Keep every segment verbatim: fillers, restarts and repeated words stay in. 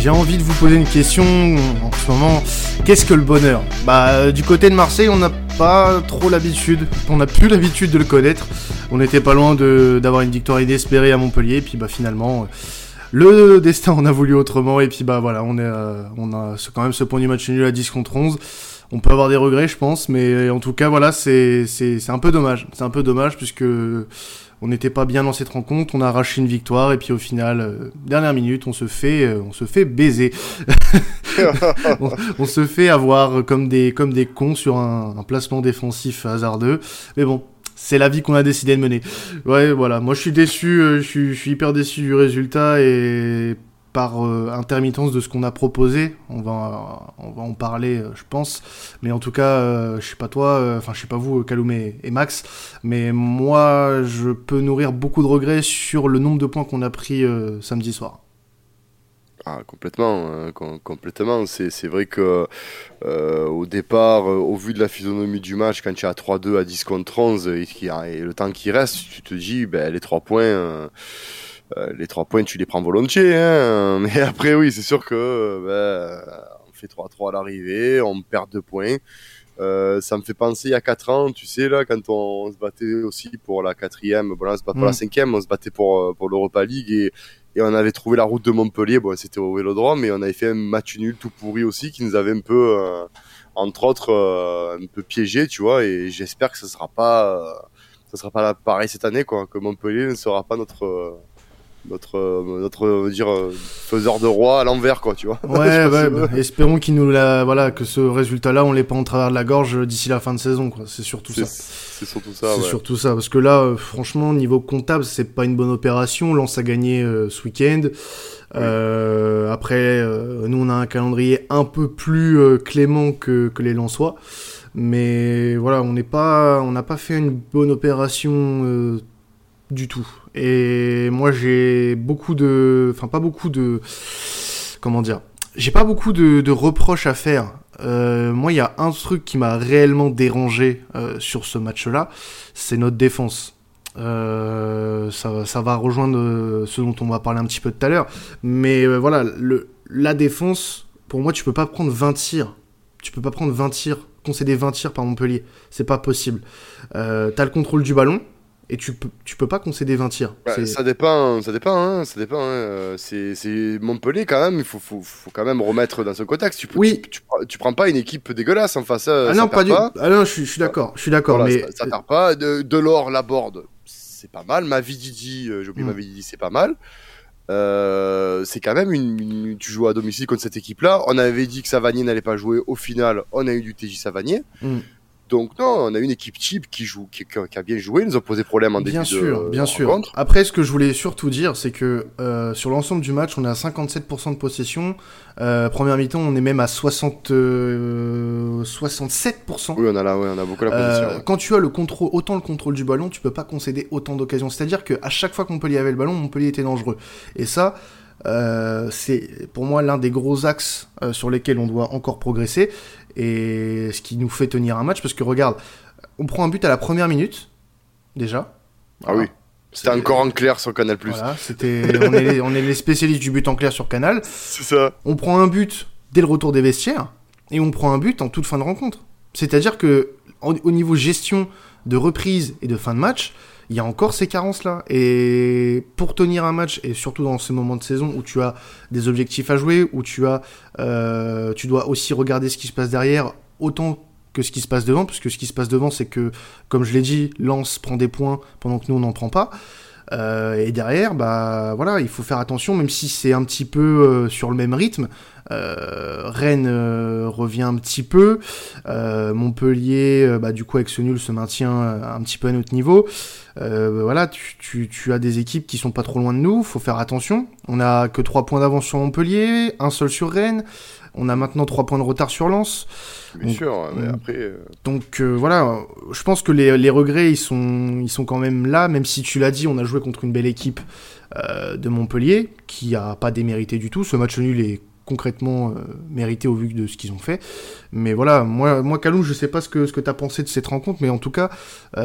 j'ai envie de vous poser une question en ce moment. Qu'est-ce que le bonheur ? Bah, du côté de Marseille, on n'a pas trop l'habitude, on n'a plus l'habitude de le connaître. On n'était pas loin de, d'avoir une victoire inespérée à Montpellier, et puis bah finalement, le destin en a voulu autrement, et puis bah voilà, on, est, euh, on a quand même ce point du match nul à dix contre onze. On peut avoir des regrets, je pense, mais en tout cas, voilà, c'est, c'est, c'est un peu dommage. C'est un peu dommage, puisque on n'était pas bien dans cette rencontre, on a arraché une victoire, et puis au final, euh, dernière minute, on se fait, euh, on se fait baiser. on, on se fait avoir comme des, comme des cons sur un, un placement défensif hasardeux. Mais bon, c'est la vie qu'on a décidé de mener. Ouais, voilà, moi je suis déçu, euh, je suis, je suis hyper déçu du résultat, et par euh, intermittence de ce qu'on a proposé, on va, on va en parler, euh, je pense. Mais en tout cas, euh, je sais pas toi, enfin euh, je sais pas vous, Kaloum et, et Max, mais moi, je peux nourrir beaucoup de regrets sur le nombre de points qu'on a pris euh, samedi soir. Ah, complètement, hein, com- complètement. C'est, c'est vrai que euh, au départ, euh, au vu de la physionomie du match, quand tu es à trois deux à dix contre onze et, qu'il y a- et le temps qui reste, tu te dis, ben, les trois points, euh, euh, les trois points, tu les prends volontiers. Hein. Mais après, oui, c'est sûr que euh, ben, on fait trois trois à l'arrivée, on perd deux points. Euh, ça me fait penser il y a quatre ans, tu sais, là, quand on, on se battait aussi pour la quatrième, bon là, on se bat pour Mm. la cinquième, on se battait pour, euh, pour l'Europa League et, et on avait trouvé la route de Montpellier, bon, c'était au Vélodrome, mais on avait fait un match nul tout pourri aussi qui nous avait un peu, euh, entre autres, euh, un peu piégé, tu vois, et j'espère que ça sera pas, euh, ça sera pas là, pareil cette année, quoi, que Montpellier ne sera pas notre, euh, notre, euh, notre, on va dire, euh, faiseur de roi à l'envers, quoi, tu vois. Je sais Ouais, pas si- ouais, bah, espérons qu'il nous la, voilà, que ce résultat-là, on l'ait pas en travers de la gorge d'ici la fin de saison, quoi. C'est surtout c'est, ça. c'est surtout ça, C'est ouais. surtout ça, parce que là, euh, franchement, niveau comptable, c'est pas une bonne opération. Lens a gagné euh, ce week-end. Euh, après, euh, nous, on a un calendrier un peu plus euh, clément que, que les Lensois. Mais voilà, on n'est pas, on n'a pas fait une bonne opération euh, du tout. Et moi, j'ai beaucoup de, enfin pas beaucoup de, comment dire, j'ai pas beaucoup de, de reproches à faire. Euh, moi, il y a un truc qui m'a réellement dérangé euh, sur ce match-là, c'est notre défense. Euh, ça, ça va rejoindre euh, ce dont on va parler un petit peu tout à l'heure. Mais euh, voilà, le, la défense, pour moi, tu peux pas prendre vingt tirs. Tu peux pas prendre vingt tirs, concéder vingt tirs par Montpellier. C'est pas possible. Euh, t'as le contrôle du ballon, et tu peux, tu peux pas concéder vingt tirs. Bah, C'est... ça dépend, ça dépend, hein, ça dépend. Hein. Euh, C'est, c'est Montpellier quand même. Il faut, faut, faut quand même remettre dans ce contexte. Tu, peux- Oui. tu, tu, prends- tu prends pas une équipe dégueulasse en face. Ça, Ah ça non, pas perd du... pas. Ah non, je suis, je suis d'accord, je suis d'accord, Voilà, mais... ça, ça perd pas. De, Delors, Laborde, c'est pas mal. Mavididi, euh, j'ai oublié Mm. Mavididi, c'est pas mal. Euh, c'est quand même une, une- tu joues à domicile contre cette équipe-là. On avait dit que Savanier n'allait pas jouer. Au final, on a eu du T J Savanier. Mm. Donc non, on a une équipe type qui joue, qui, qui a qui a bien joué. Ils nous ont posé problème en début Bien sûr, de bien de sûr. rencontre. Après, ce que je voulais surtout dire, c'est que euh, sur l'ensemble du match, on est à cinquante-sept pour cent de possession. Euh, première mi-temps, on est même à soixante, euh, soixante-sept pour cent. Oui, on a là, ouais, on a beaucoup la position. Euh, ouais. quand tu as le contrôle, autant le contrôle du ballon, tu peux pas concéder autant d'occasions. C'est-à-dire qu'à chaque fois que Montpellier avait le ballon, Montpellier était dangereux. Et ça, euh, c'est pour moi l'un des gros axes euh, sur lesquels on doit encore progresser. Et ce qui nous fait tenir un match, parce que regarde, on prend un but à la première minute, déjà. Ah Voilà. oui. C'était encore en clair sur Canal+. Voilà, c'était, on, est les, on est les spécialistes du but en clair sur Canal. C'est ça. On prend un but dès le retour des vestiaires et on prend un but en toute fin de rencontre. C'est-à-dire que en- au niveau gestion de reprise et de fin de match, il y a encore ces carences-là. Et pour tenir un match, et surtout dans ce moment de saison où tu as des objectifs à jouer, où tu as, euh, tu dois aussi regarder ce qui se passe derrière, autant que ce qui se passe devant, parce que ce qui se passe devant, c'est que, comme je l'ai dit, Lens prend des points pendant que nous, on n'en prend pas. Euh, et derrière, bah voilà, il faut faire attention, même si c'est un petit peu euh, sur le même rythme. Euh, Rennes euh, revient un petit peu. Euh, Montpellier, euh, bah, du coup, avec ce nul, se maintient euh, un petit peu à notre niveau. Euh, voilà, tu, tu, tu as des équipes qui sont pas trop loin de nous, faut faire attention. On a que trois points d'avance sur Montpellier, un seul sur Rennes. On a maintenant trois points de retard sur Lens. Bien Donc, sûr, mais on- après... euh, Donc euh, voilà, je pense que les, les regrets, ils sont, ils sont quand même là, même si tu l'as dit, on a joué contre une belle équipe euh, de Montpellier, qui a pas démérité du tout. Ce match nul est concrètement euh, mérité au vu de ce qu'ils ont fait. Mais voilà, moi, moi Kaloum, je sais pas ce que, ce que tu as pensé de cette rencontre, mais en tout cas,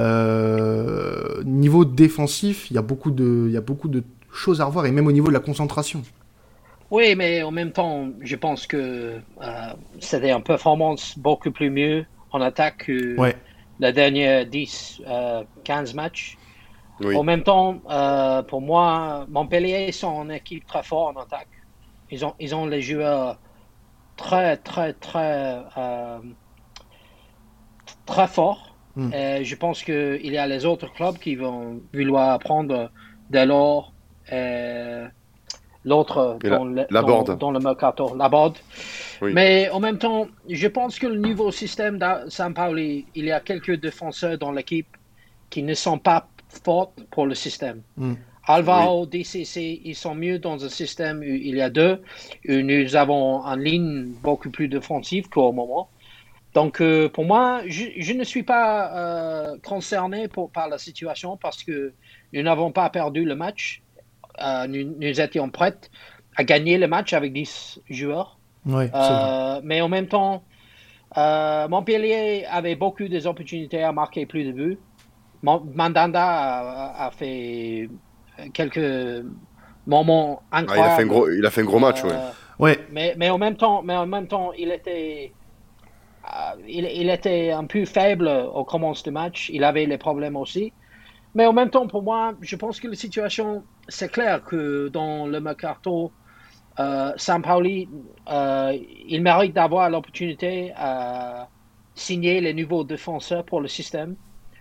euh, niveau défensif, il y a beaucoup de, il y a beaucoup de choses à revoir, et même au niveau de la concentration. Oui, mais en même temps, je pense que euh, c'était une performance beaucoup plus mieux en attaque que Ouais. la dernière dix, euh, quinze matchs. En Oui. même temps, euh, pour moi, Montpellier sont une équipe très forte en attaque. Ils ont, ils ont les joueurs très, très, très, euh, très forts. Mm. Et je pense qu'il y a les autres clubs qui vont vouloir prendre de l'or. Et l'autre Et la, dans le, la dans, board. dans le mercato, la board. Oui. Mais en même temps, je pense que le nouveau système de Sampaoli, il y a quelques défenseurs dans l'équipe qui ne sont pas forts pour le système. Mm. Alvaro, D C C, ils sont mieux dans un système où il y a deux, où nous avons une ligne beaucoup plus défensive qu'au moment. Donc, euh, pour moi, je, je ne suis pas euh, concerné pour, par la situation parce que nous n'avons pas perdu le match. Euh, nous, nous étions prêts à gagner le match avec dix joueurs. Ouais, c'est vrai. Euh, mais en même temps, euh, Montpellier avait beaucoup d'opportunités à marquer plus de buts. Mandanda a, a fait quelques moments Ah, il a fait un incroyables. gros, il a fait un gros match, ouais. Euh, Ouais. mais, mais, en même temps, mais en même temps, il était, euh, il, il était un peu faible au commencement du match. Il avait les problèmes aussi. Mais en même temps, pour moi, je pense que la situation, c'est clair que dans le mercato, euh, Sampaoli, euh, il mérite d'avoir l'opportunité à signer les nouveaux défenseurs pour le système.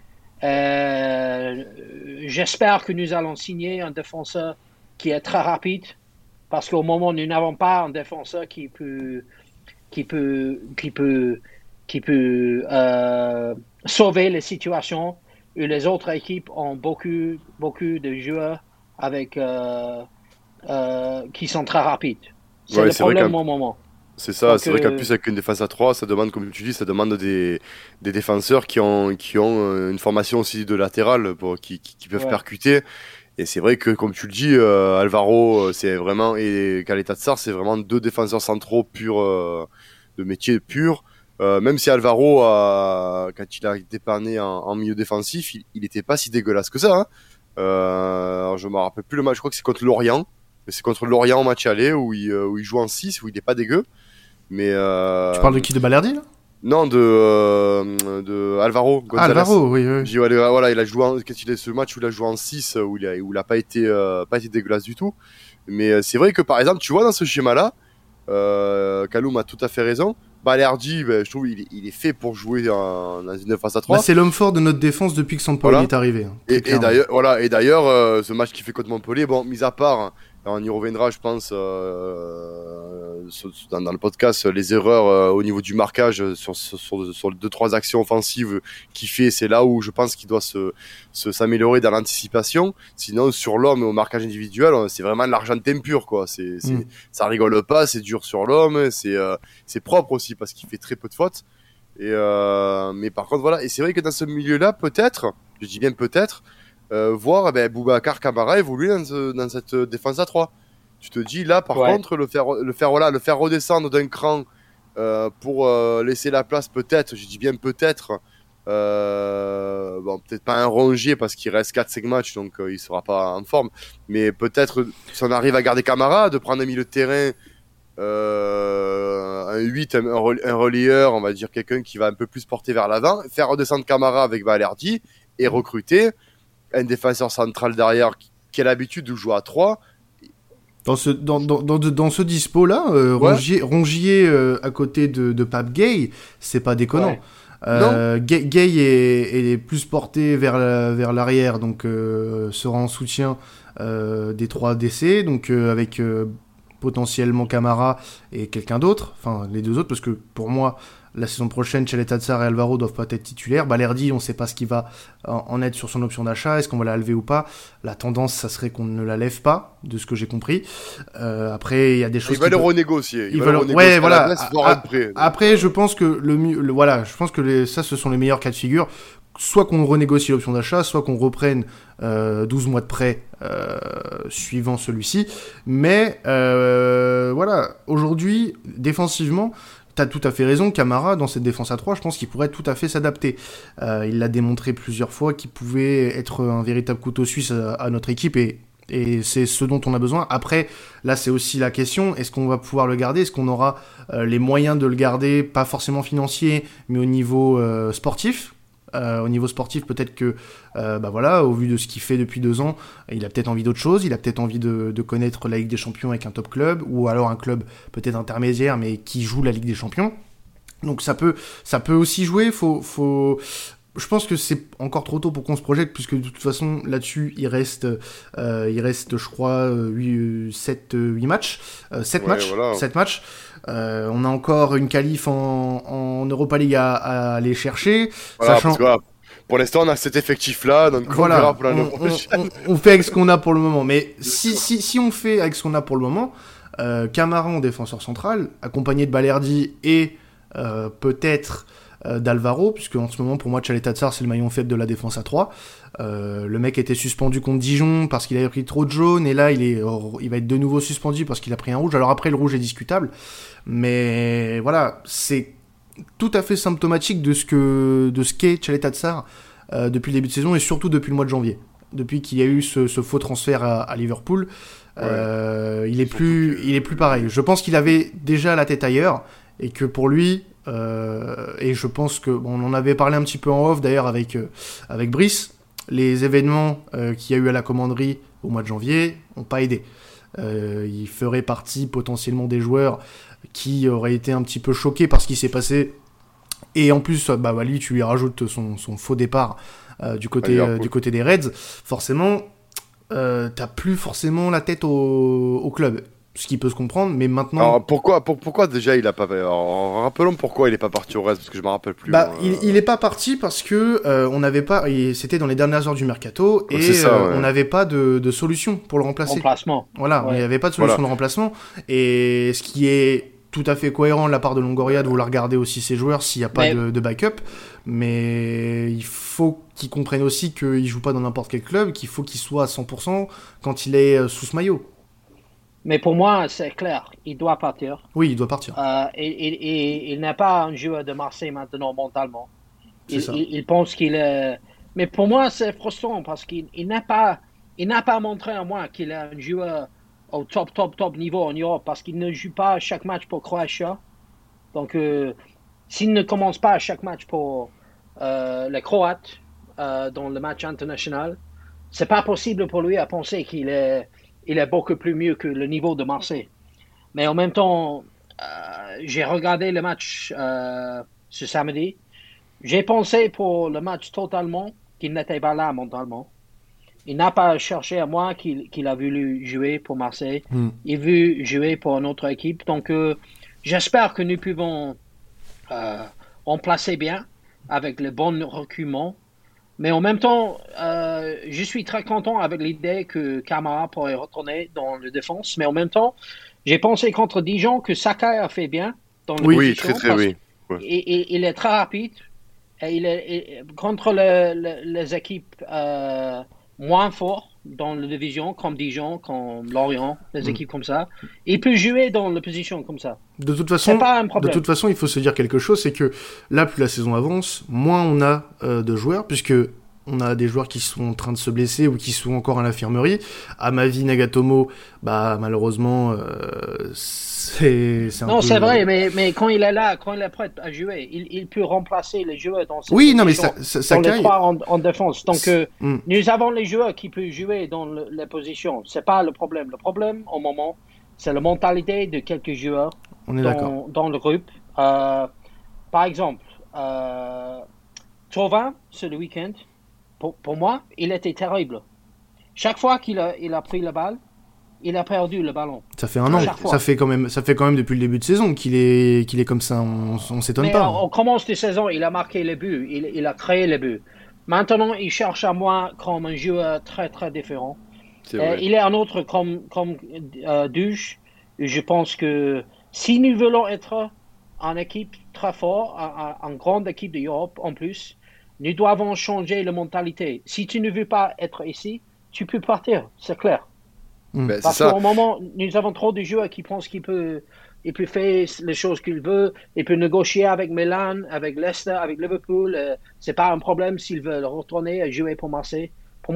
Euh, j'espère que nous allons signer un défenseur qui est très rapide, parce qu'au moment nous n'avons pas un défenseur qui peut, qui peut, qui peut, qui peut euh, sauver les situations où les autres équipes ont beaucoup, beaucoup de joueurs avec euh, euh, qui sont très rapides. C'est Ouais, le c'est vrai problème qu'un- au moment. C'est ça, Donc, c'est vrai qu'en euh, plus avec une défense à trois, ça demande, comme tu dis, ça demande des, des défenseurs qui ont, qui ont euh, une formation aussi de latéral pour, qui, qui, qui peuvent ouais. percuter. Et c'est vrai que, comme tu le dis, euh, Alvaro, euh, c'est vraiment, et Caleta-Car, c'est vraiment deux défenseurs centraux purs, euh, de métier pur. Euh, même si Alvaro, a, quand il a dépanné en, en milieu défensif, il, il était pas si dégueulasse que ça. Hein. Euh, alors je me rappelle plus le match, je crois que c'est contre Lorient. C'est contre Lorient en match aller où il, où il joue en six, où il est pas dégueu. Mais euh, Tu parles de qui, de Balerdi là? non, de, euh, de Alvaro Ah, González. Alvaro, oui, oui. Je dis, ouais, voilà, il a joué en, quand il est ce match où il a joué en six, où il a, où il a pas été, euh, pas été dégueulasse du tout. Mais euh, c'est vrai que par exemple, tu vois, dans ce schéma-là, euh, Kaloum a tout à fait raison. Balerdi, ben, je trouve, il, il est fait pour jouer en, dans une défense à trois. Bah, c'est l'homme fort de notre défense depuis que Sampaoli Voilà. est arrivé. Hein, Et, et d'ailleurs, voilà, et d'ailleurs, euh, ce match qu'il fait contre Montpellier, bon, mis à part, on y reviendra, je pense, euh, dans, dans le podcast, les erreurs euh, au niveau du marquage sur, sur, sur deux trois actions offensives qu'il fait, c'est là où je pense qu'il doit se, se s'améliorer dans l'anticipation. Sinon, sur l'homme et au marquage individuel, c'est vraiment de l'argentin pur, quoi. C'est, c'est, mm. Ça rigole pas, c'est dur sur l'homme, c'est, euh, c'est propre aussi parce qu'il fait très peu de fautes. Et euh, mais par contre, voilà, et c'est vrai que dans ce milieu-là, peut-être, je dis bien peut-être, Euh, voir eh ben, Boubacar Kamara évoluer dans, ce, dans cette défense à trois. Tu te dis là, par ouais. contre, le faire, le faire, voilà, le faire redescendre d'un cran euh, pour euh, laisser la place, peut-être, je dis bien peut-être, euh, bon, peut-être pas un Rongier parce qu'il reste quatre cinq matchs, donc euh, il sera pas en forme, mais peut-être si on arrive à garder Kamara, de prendre un milieu de terrain, euh, un huit, un, un relayeur, on va dire quelqu'un qui va un peu plus porter vers l'avant, faire redescendre Kamara avec Balerdi et recruter un défenseur central derrière qui a l'habitude de jouer à trois. Dans ce, dans, dans, dans, dans ce dispo-là, euh, ouais. Rongier, Rongier euh, à côté de, de Pape Gay, c'est pas déconnant. Ouais. Euh, Gay, Gay est, est plus porté vers, la, vers l'arrière, donc euh, sera en soutien euh, des trois D C, donc euh, avec euh, potentiellement Camara et quelqu'un d'autre, enfin les deux autres, parce que pour moi, la saison prochaine, Caleta-Car et Alvaro doivent pas être titulaires. Balerdi, on ne sait pas ce qui va en être sur son option d'achat. Est-ce qu'on va la lever ou pas? La tendance, ça serait qu'on ne la lève pas, de ce que j'ai compris. Euh, après, il y a des choses. Il va le peuvent... renégocier. Il, il va le renégocier. Ouais, voilà. Place, a, a, après, je pense que le le, voilà, je pense que les, ça, ce sont les meilleurs cas de figure. Soit qu'on renégocie l'option d'achat, soit qu'on reprenne euh, douze mois de prêt euh, suivant celui-ci. Mais euh, voilà, aujourd'hui, défensivement. T'as tout à fait raison, Camara, dans cette défense à trois, je pense qu'il pourrait tout à fait s'adapter. Euh, il l'a démontré plusieurs fois qu'il pouvait être un véritable couteau suisse à, à notre équipe, et Et c'est ce dont on a besoin. Après, là, c'est aussi la question, est-ce qu'on va pouvoir le garder? Est-ce qu'on aura euh, les moyens de le garder, pas forcément financiers, mais au niveau euh, sportif? Euh, au niveau sportif, peut-être que, euh, bah voilà, au vu de ce qu'il fait depuis deux ans, il a peut-être envie d'autre chose, il a peut-être envie de, de connaître la Ligue des Champions avec un top club, ou alors un club peut-être intermédiaire, mais qui joue la Ligue des Champions. Donc ça peut, ça peut aussi jouer, faut... faut... Je pense que c'est encore trop tôt pour qu'on se projette, puisque de toute façon, là-dessus, il reste, euh, il reste je crois, huit, sept, huit matchs. Euh, sept Ouais, matchs. voilà. sept matchs. Euh, on a encore une qualif en, en Europa League à, à aller chercher. Voilà, sachant... parce que, voilà, pour l'instant, on a cet effectif-là, donc voilà, on verra pour l'année on, prochaine. on, on fait avec ce qu'on a pour le moment. Mais si, si, si on fait avec ce qu'on a pour le moment, euh, Camara en défenseur central, accompagné de Balerdi et euh, peut-être... d'Alvaro, puisque en ce moment pour moi Tchaleta Tsar c'est le maillon faible de la défense à trois. Euh, le mec était suspendu contre Dijon parce qu'il avait pris trop de jaune, et là il, est, il va être de nouveau suspendu parce qu'il a pris un rouge. Alors après le rouge est discutable, mais voilà, c'est tout à fait symptomatique de ce que de ce qu'est Tchaleta Tsar euh, depuis le début de saison, et surtout depuis le mois de janvier, depuis qu'il y a eu ce, ce faux transfert à, à Liverpool. Ouais. Euh, il est plus que... il est plus pareil. Je pense qu'il avait déjà la tête ailleurs, et que pour lui Euh, et je pense que bon, on en avait parlé un petit peu en off d'ailleurs avec, euh, avec Brice, les événements euh, qu'il y a eu à la commanderie au mois de janvier n'ont pas aidé. Euh, il ferait partie potentiellement des joueurs qui auraient été un petit peu choqués par ce qui s'est passé, et en plus bah, bah, lui tu lui rajoutes son, son faux départ euh, du, côté, euh, du côté des Reds, forcément euh, t'as plus forcément la tête au, au club. Ce qui peut se comprendre, mais maintenant... Alors pourquoi, pour, pourquoi déjà il a pas... Alors, rappelons pourquoi il est pas parti au reste, parce que je me rappelle plus. Bah, moi, il, euh... il est pas parti parce que euh, on n'avait pas... C'était dans les dernières heures du mercato, et ça, euh, ouais. on n'avait pas de, de solution pour le remplacer. Remplacement. Voilà, ouais. Il n'y avait pas de solution voilà. de remplacement, et ce qui est tout à fait cohérent de la part de Longoria de vouloir garder aussi ses joueurs s'il n'y a pas mais... de, de backup, mais il faut qu'ils comprennent aussi qu'il joue pas dans n'importe quel club, qu'il faut qu'il soit à cent pour cent quand il est sous ce maillot. Mais pour moi, c'est clair, il doit partir. Oui, il doit partir. Euh, et, et, et il n'est pas un joueur de Marseille maintenant mentalement. Il, il, il pense qu'il est... Mais pour moi, c'est frustrant parce qu'il il n'a pas, il n'a pas montré à moi qu'il est un joueur au top, top, top niveau en Europe, parce qu'il ne joue pas chaque match pour Croatia. Donc, euh, s'il ne commence pas chaque match pour euh, les Croates euh, dans le match international, c'est pas possible pour lui à penser qu'il est... il est beaucoup plus mieux que le niveau de Marseille. Mais en même temps, euh, j'ai regardé le match euh, ce samedi. J'ai pensé pour le match totalement qu'il n'était pas là mentalement. Il n'a pas cherché à moi qu'il, qu'il a voulu jouer pour Marseille. Mm. Il veut jouer pour une autre équipe. Donc, euh, j'espère que nous pouvons euh, remplacer bien avec le bon recrutement. Mais en même temps, euh, je suis très content avec l'idée que Camara pourrait retourner dans la défense. Mais en même temps, j'ai pensé contre Dijon que Sakai a fait bien dans la oui, position. Oui, très très oui. Ouais. Et, et, il est très rapide. Et il est et, contre le, le, les équipes euh, moins fortes dans la division, comme Dijon, comme Lorient, les équipes mm. comme ça. Il peut jouer dans la position comme ça. De toute façon, c'est pas un problème. De toute façon, il faut se dire quelque chose, c'est que là, plus la saison avance, moins on a euh, de joueurs, puisque on a des joueurs qui sont en train de se blesser ou qui sont encore à l'infirmerie. Amavi, Nagatomo, bah malheureusement, euh, c'est, c'est un non, peu... c'est vrai, mais, mais quand il est là, quand il est prêt à jouer, il, il peut remplacer les joueurs dans cette oui, non, mais ça, ça, ça dans caille. les trois en, en défense. Donc, euh, mm. nous avons les joueurs qui peuvent jouer dans le, les positions. C'est pas le problème. Le problème, au moment, c'est la mentalité de quelques joueurs On est dans, dans le groupe. Euh, par exemple, euh, Thauvin, ce week-end, Pour, pour moi, il était terrible. Chaque fois qu'il a, il a pris la balle, il a perdu le ballon. Ça fait un an. Ça fait quand même, ça fait quand même depuis le début de saison qu'il est, qu'il est comme ça. On, on s'étonne Mais pas. On commence de saison, il a marqué les buts, il, il a créé les buts. Maintenant, il cherche à moi comme un joueur très très différent. C'est vrai. Euh, il est un autre comme comme euh, Duge. Je pense que si nous voulons être en équipe très forte, en, en grande équipe d'Europe en plus. Nous devons changer la mentalité. Si tu ne veux pas être ici, tu peux partir, c'est clair. Mmh. Ben, Parce c'est qu'au moment, nous avons trop de joueurs qui pensent qu'il peut, il peut faire les choses qu'il veut, il peut négocier avec Milan, avec Leicester, avec Liverpool. Euh, c'est pas un problème s'ils veulent retourner à jouer pour Marseille. Pour moi,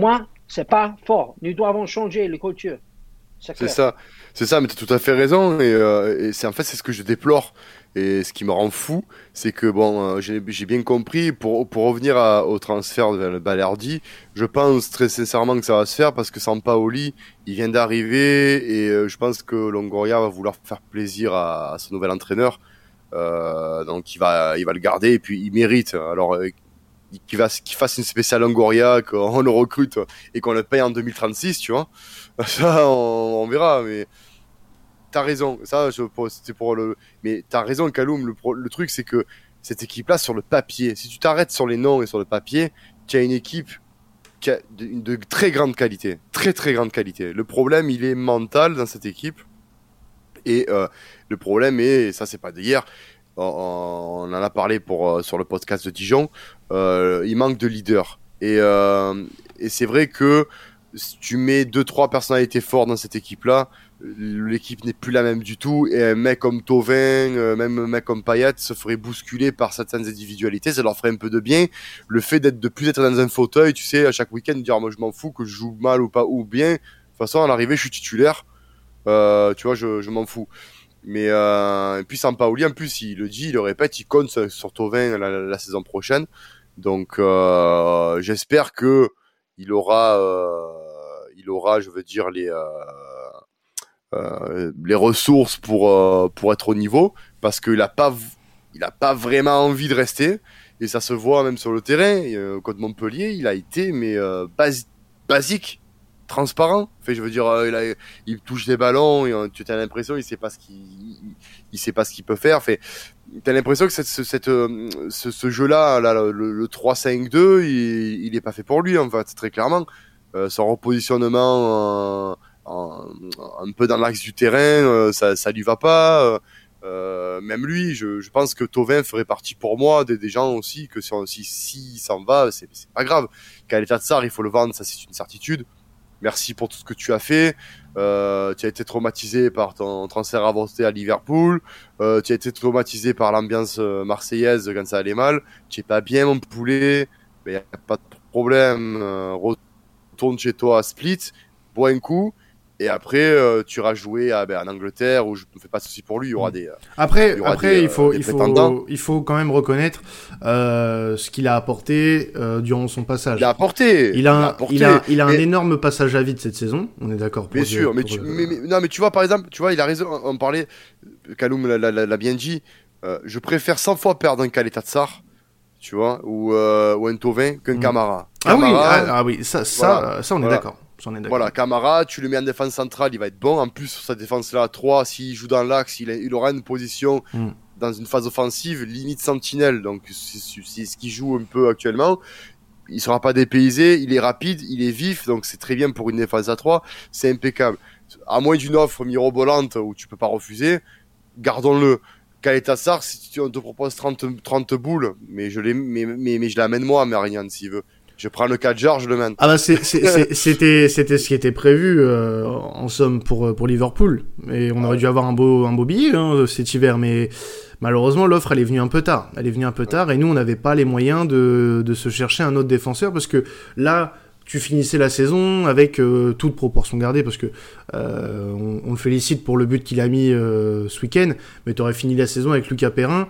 c'est pas fort. Nous devons changer la culture. C'est, c'est ça, c'est ça, mais tu as tout à fait raison. Et, euh, et c'est en fait c'est ce que je déplore. Et ce qui me rend fou, c'est que bon, euh, j'ai, j'ai bien compris. Pour pour revenir à, au transfert de Balerdi, je pense très sincèrement que ça va se faire parce que Sampaoli, il vient d'arriver et euh, je pense que Longoria va vouloir faire plaisir à, à son nouvel entraîneur. Euh, donc il va il va le garder et puis il mérite. Alors euh, qu'il va qu'il fasse une spéciale Longoria, qu'on le recrute et qu'on le paye en deux mille trente-six, tu vois. Ça, on, on verra, mais t'as raison. Ça, je, pour, c'était pour le. Mais t'as raison, Kaloum. Le, le truc, c'est que cette équipe-là, sur le papier, si tu t'arrêtes sur les noms et sur le papier, tu as une équipe qui a de, de très grande qualité, très très grande qualité. Le problème, il est mental dans cette équipe. Et euh, le problème est, et ça, c'est pas d'hier. On, on en a parlé pour euh, sur le podcast de Dijon. Euh, il manque de leader. Et, euh, et c'est vrai que si tu mets deux trois personnalités fortes dans cette équipe-là, l'équipe n'est plus la même du tout. Et un mec comme Thauvin, euh, même un mec comme Payet se ferait bousculer par certaines individualités. Ça leur ferait un peu de bien. Le fait d'être de plus être dans un fauteuil, tu sais, à chaque week-end, dire moi je m'en fous que je joue mal ou pas ou bien. De toute façon, à l'arrivée, je suis titulaire. Euh, tu vois, je, je m'en fous. Mais euh, et puis Sampaoli, en plus, il le dit, il le répète, il compte sur Thauvin la, la, la saison prochaine. Donc, euh, j'espère que il aura, euh, il aura, je veux dire, les euh, euh, les ressources pour euh, pour être au niveau, parce qu'il a pas, il a pas vraiment envie de rester, et ça se voit même sur le terrain. Euh, contre Montpellier, il a été mais euh, basi- basique. Transparent. Enfin, je veux dire, euh, il, a, il touche des ballons et euh, tu as l'impression il sait pas ce qu'il il, il sait pas ce qu'il peut faire. Enfin, t'as l'impression que cette, cette, euh, ce, ce jeu-là, là, le, le trois cinq deux, il, il est pas fait pour lui en fait, très clairement. Euh, son repositionnement euh, en, un peu dans l'axe du terrain, euh, ça, ça lui va pas. Euh, même lui, je, je pense que Thauvin ferait partie pour moi des, des gens aussi que si si, si s'en va, c'est, c'est pas grave. Qu'à l'état de Sarr, il faut le vendre, ça c'est une certitude. Merci pour tout ce que tu as fait. Euh, tu as été traumatisé par ton transfert avancé à Liverpool. Euh, tu as été traumatisé par l'ambiance marseillaise quand ça allait mal. Tu es pas bien, mon poulet. Mais y a pas de problème. Euh, retourne chez toi à Split, bois un coup. Et après, euh, tu iras jouer à, ben, en Angleterre où je ne me fais pas de soucis pour lui. Il y aura des. Après, il, y aura après, des, il faut, euh, il faut, il faut quand même reconnaître euh, ce qu'il a apporté euh, durant son passage. Il a apporté. Il a, un, il a, apporté, il a, il a mais... un énorme passage à vide cette saison. On est d'accord. Bien dire, sûr, mais, pour, tu, euh... mais, mais non, mais tu vois, par exemple, tu vois, il a raison. On parlait. Kaloum l'a, l'a, l'a bien dit. Euh, je préfère cent fois perdre un Kaleta Tsar, tu vois, ou, euh, ou un Thauvin qu'un mmh. Camara. Ah oui, ah, ah oui, ça, ça, voilà. ça, on est voilà. d'accord. Voilà, Camara, tu le mets en défense centrale, il va être bon. En plus, sur sa défense-là, à trois, s'il joue dans l'axe, il, a, il aura une position mm. dans une phase offensive, limite sentinelle. Donc, c'est, c'est ce qu'il joue un peu actuellement. Il ne sera pas dépaysé, il est rapide, il est vif, donc c'est très bien pour une défense à trois. C'est impeccable. À moins d'une offre mirobolante où tu ne peux pas refuser, gardons-le. Kaleta Sarr, si on te propose trente, trente boules, mais je, les, mais, mais, mais je l'amène moi, Marianne, s'il veut. Je prends le quatre jours, je le mène. Ah bah c'est, c'est, c'est, c'était c'était ce qui était prévu euh, en somme pour pour Liverpool. Et on aurait dû avoir un beau un beau billet hein, cet hiver, mais malheureusement l'offre elle est venue un peu tard. Elle est venue un peu tard et nous on n'avait pas les moyens de de se chercher un autre défenseur parce que là tu finissais la saison avec euh, toute proportion gardée parce que euh, on, on le félicite pour le but qu'il a mis euh, ce week-end, mais tu aurais fini la saison avec Lucas Perrin.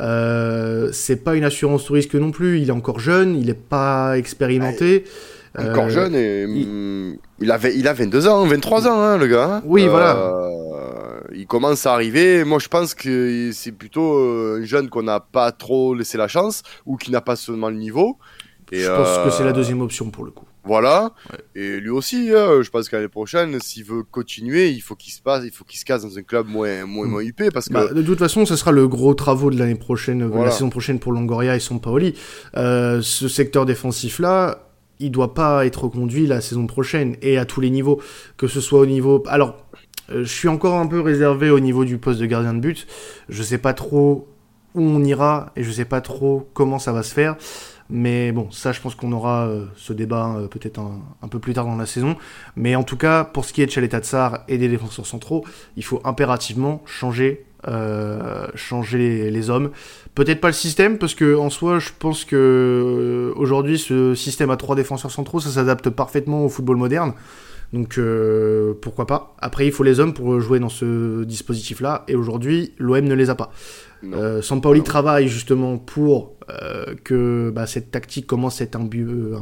Euh, c'est pas une assurance tout risque non plus. Il est encore jeune, il est pas expérimenté. Ouais, encore euh, jeune et il... il avait il a vingt-deux ans, vingt-trois ans hein, le gars. Hein. Oui, euh, voilà. Il commence à arriver. Moi, je pense que c'est plutôt un jeune qu'on n'a pas trop laissé la chance ou qui n'a pas seulement le niveau. Et je pense euh... que c'est la deuxième option pour le coup. Voilà. Ouais. Et lui aussi, euh, je pense qu'année prochaine, s'il veut continuer, il faut qu'il se passe, il faut qu'il se casse dans un club moins, moins, moins huppé parce que. Bah, de toute façon, ce sera le gros travaux de l'année prochaine, voilà. La saison prochaine pour Longoria et Sampaoli. Euh, ce secteur défensif-là, il doit pas être reconduit la saison prochaine et à tous les niveaux, que ce soit au niveau. Alors, euh, je suis encore un peu réservé au niveau du poste de gardien de but. Je sais pas trop où on ira et je sais pas trop comment ça va se faire. Mais bon, ça, je pense qu'on aura euh, ce débat euh, peut-être un, un peu plus tard dans la saison. Mais en tout cas, pour ce qui est de Chalet Tatsar et des défenseurs centraux, il faut impérativement changer, euh, changer les, les hommes. Peut-être pas le système, parce que en soi, je pense que euh, aujourd'hui, ce système à trois défenseurs centraux, ça s'adapte parfaitement au football moderne. Donc euh, pourquoi pas. Après, il faut les hommes pour jouer dans ce dispositif-là. Et aujourd'hui, l'O M ne les a pas. Euh, Sampaoli travaille justement pour euh, que bah, cette tactique commence à être, un, un,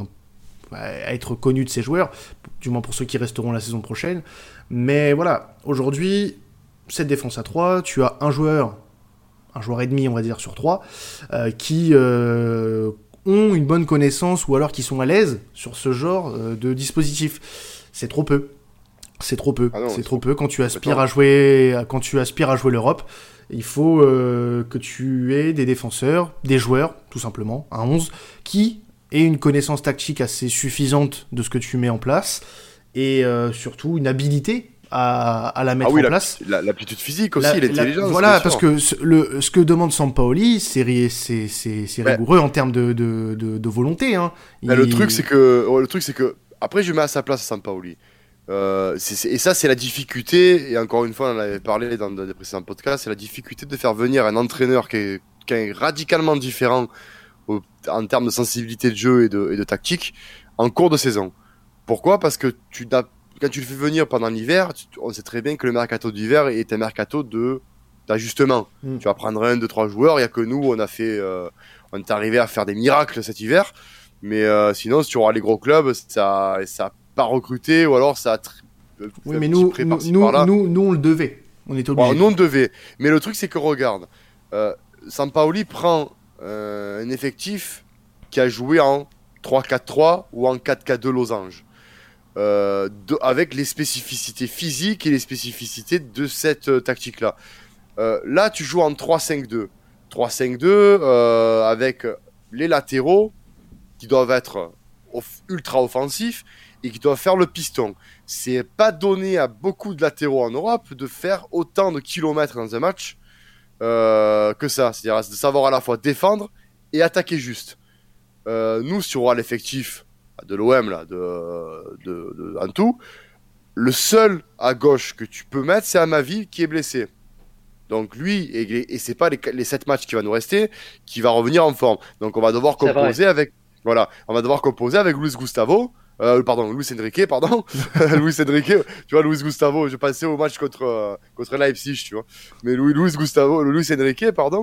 à être connue de ses joueurs, du moins pour ceux qui resteront la saison prochaine. Mais voilà, aujourd'hui, cette défense à trois, tu as un joueur, un joueur et demi, on va dire, sur trois, euh, qui euh, ont une bonne connaissance ou alors qui sont à l'aise sur ce genre euh, de dispositif. C'est trop peu. C'est trop peu. Ah non, c'est, c'est trop peu quand tu aspires à jouer, quand tu aspires à jouer l'Europe. Il faut euh, que tu aies des défenseurs, des joueurs, tout simplement, un onze, qui aient une connaissance tactique assez suffisante de ce que tu mets en place et euh, surtout une habilité à, à la mettre ah oui, en la, place. La, l'aptitude physique aussi, la, l'intelligence. La, voilà, parce que ce, le, ce que demande Sampaoli, c'est, c'est, c'est, c'est ben, rigoureux en termes de, de, de, de volonté. Hein. Ben Il... Le truc, c'est que, le truc, c'est que, après, je mets à sa place Sampaoli. Euh, c'est, c'est, et ça, c'est la difficulté, et encore une fois, on en avait parlé dans des précédents podcasts, c'est la difficulté de faire venir un entraîneur qui est, qui est radicalement différent au, en termes de sensibilité de jeu et de, et de tactique en cours de saison. Pourquoi ? Parce que tu n'as, quand tu le fais venir pendant l'hiver, tu, on sait très bien que le mercato d'hiver est un mercato de, d'ajustement. Mm. Tu vas prendre un, deux, trois joueurs, il n'y a que nous, on a fait, euh, on est arrivé à faire des miracles cet hiver, mais euh, sinon, si tu auras les gros clubs, ça, ça pas recruté ou alors ça a tr- oui mais nous nous, nous, nous nous on le devait, on est obligé. Bon, nous on le devait, mais le truc c'est que regarde, euh, Sampaoli prend euh, un effectif qui a joué en trois quatre trois ou en quatre quatre deux losange, euh, de, avec les spécificités physiques et les spécificités de cette euh, tactique là. Euh, là tu joues en trois cinq deux trois cinq deux euh, avec les latéraux qui doivent être off- ultra offensifs et qui doivent faire le piston. C'est pas donné à beaucoup de latéraux en Europe de faire autant de kilomètres dans un match euh, que ça. C'est-à-dire de savoir à la fois défendre et attaquer juste. Euh, nous, sur l'effectif de l'O M, là, de, de, de, en tout, le seul à gauche que tu peux mettre, c'est Amavi qui est blessé. Donc lui, et, et c'est pas les, les sept matchs qui va nous rester, qui va revenir en forme. Donc on va devoir composer avec... Voilà, on va devoir composer avec Luis Gustavo. Euh, pardon, Luis Enrique, pardon. Luis Enrique, tu vois, Luis Gustavo, je passais au match contre, euh, contre Leipzig, tu vois. Mais Luis, Luis Gustavo, Luis Enrique, pardon,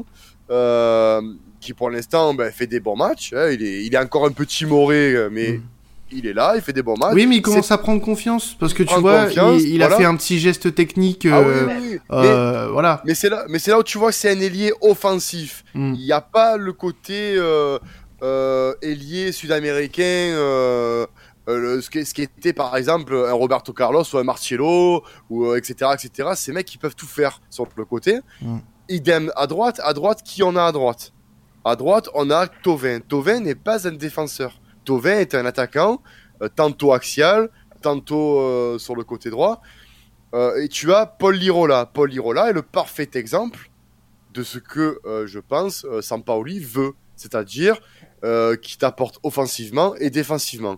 euh, qui pour l'instant ben, fait des bons matchs. Hein, il, est, il est encore un peu timoré, mais mm. il est là, il fait des bons matchs. Oui, mais il commence c'est... à prendre confiance, parce que tu vois, il, il voilà. a fait un petit geste technique. Ah euh, oui, oui, oui. Euh, mais, voilà. Mais c'est, là, mais c'est là où tu vois que c'est un ailier offensif. Mm. Il n'y a pas le côté euh, euh, ailier sud-américain... Euh, Euh, le, ce, qui, ce qui était par exemple un Roberto Carlos ou un Marcelo ou euh, etc etc ces mecs qui peuvent tout faire sur le côté. mm. Idem à droite à droite qui en a à droite à droite on a Thauvin. Thauvin n'est pas un défenseur. Thauvin est un attaquant euh, tantôt axial tantôt euh, sur le côté droit euh, et tu as Paul Lirola. Paul Lirola est le parfait exemple de ce que euh, je pense euh, Sampaoli veut, c'est-à-dire euh, qui t'apporte offensivement et défensivement.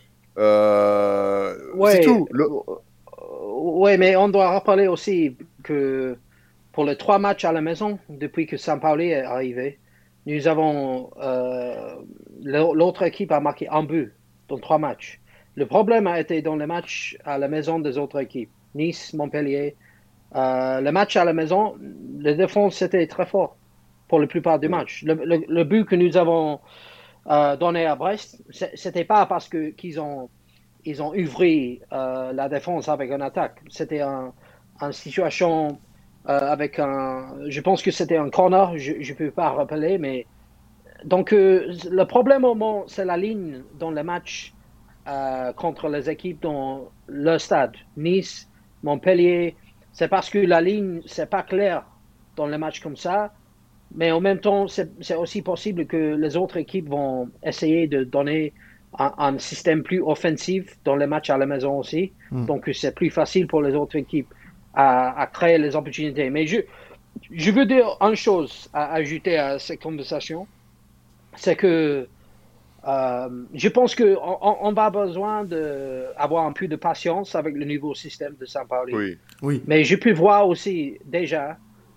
Euh, ouais, c'est tout. Le... Oui, mais on doit rappeler aussi que pour les trois matchs à la maison, depuis que Sampaoli est arrivé, nous avons euh, l'autre équipe a marqué un but dans trois matchs. Le problème a été dans les matchs à la maison des autres équipes, Nice, Montpellier. Euh, le match à la maison, la défense était très fort pour la plupart des matchs. Le, le, le but que nous avons Euh, donné à Brest, c'était pas parce que qu'ils ont ils ont ouvré euh, la défense avec une attaque. C'était un, une situation euh, avec un, je pense que c'était un corner. Je je peux pas rappeler, mais donc euh, le problème au moment c'est la ligne dans le match euh, contre les équipes dans le stade Nice, Montpellier. C'est parce que la ligne c'est pas clair dans le match comme ça. Mais en même temps, c'est, c'est aussi possible que les autres équipes vont essayer de donner un, un système plus offensif dans les matchs à la maison aussi. Mm. Donc, c'est plus facile pour les autres équipes à, à créer les opportunités. Mais je, je veux dire une chose à ajouter à cette conversation. C'est que Euh, je pense qu'on on, on va besoin d'avoir un peu de patience avec le nouveau système de Saint-Pauli. Oui. Oui. Mais je peux voir aussi déjà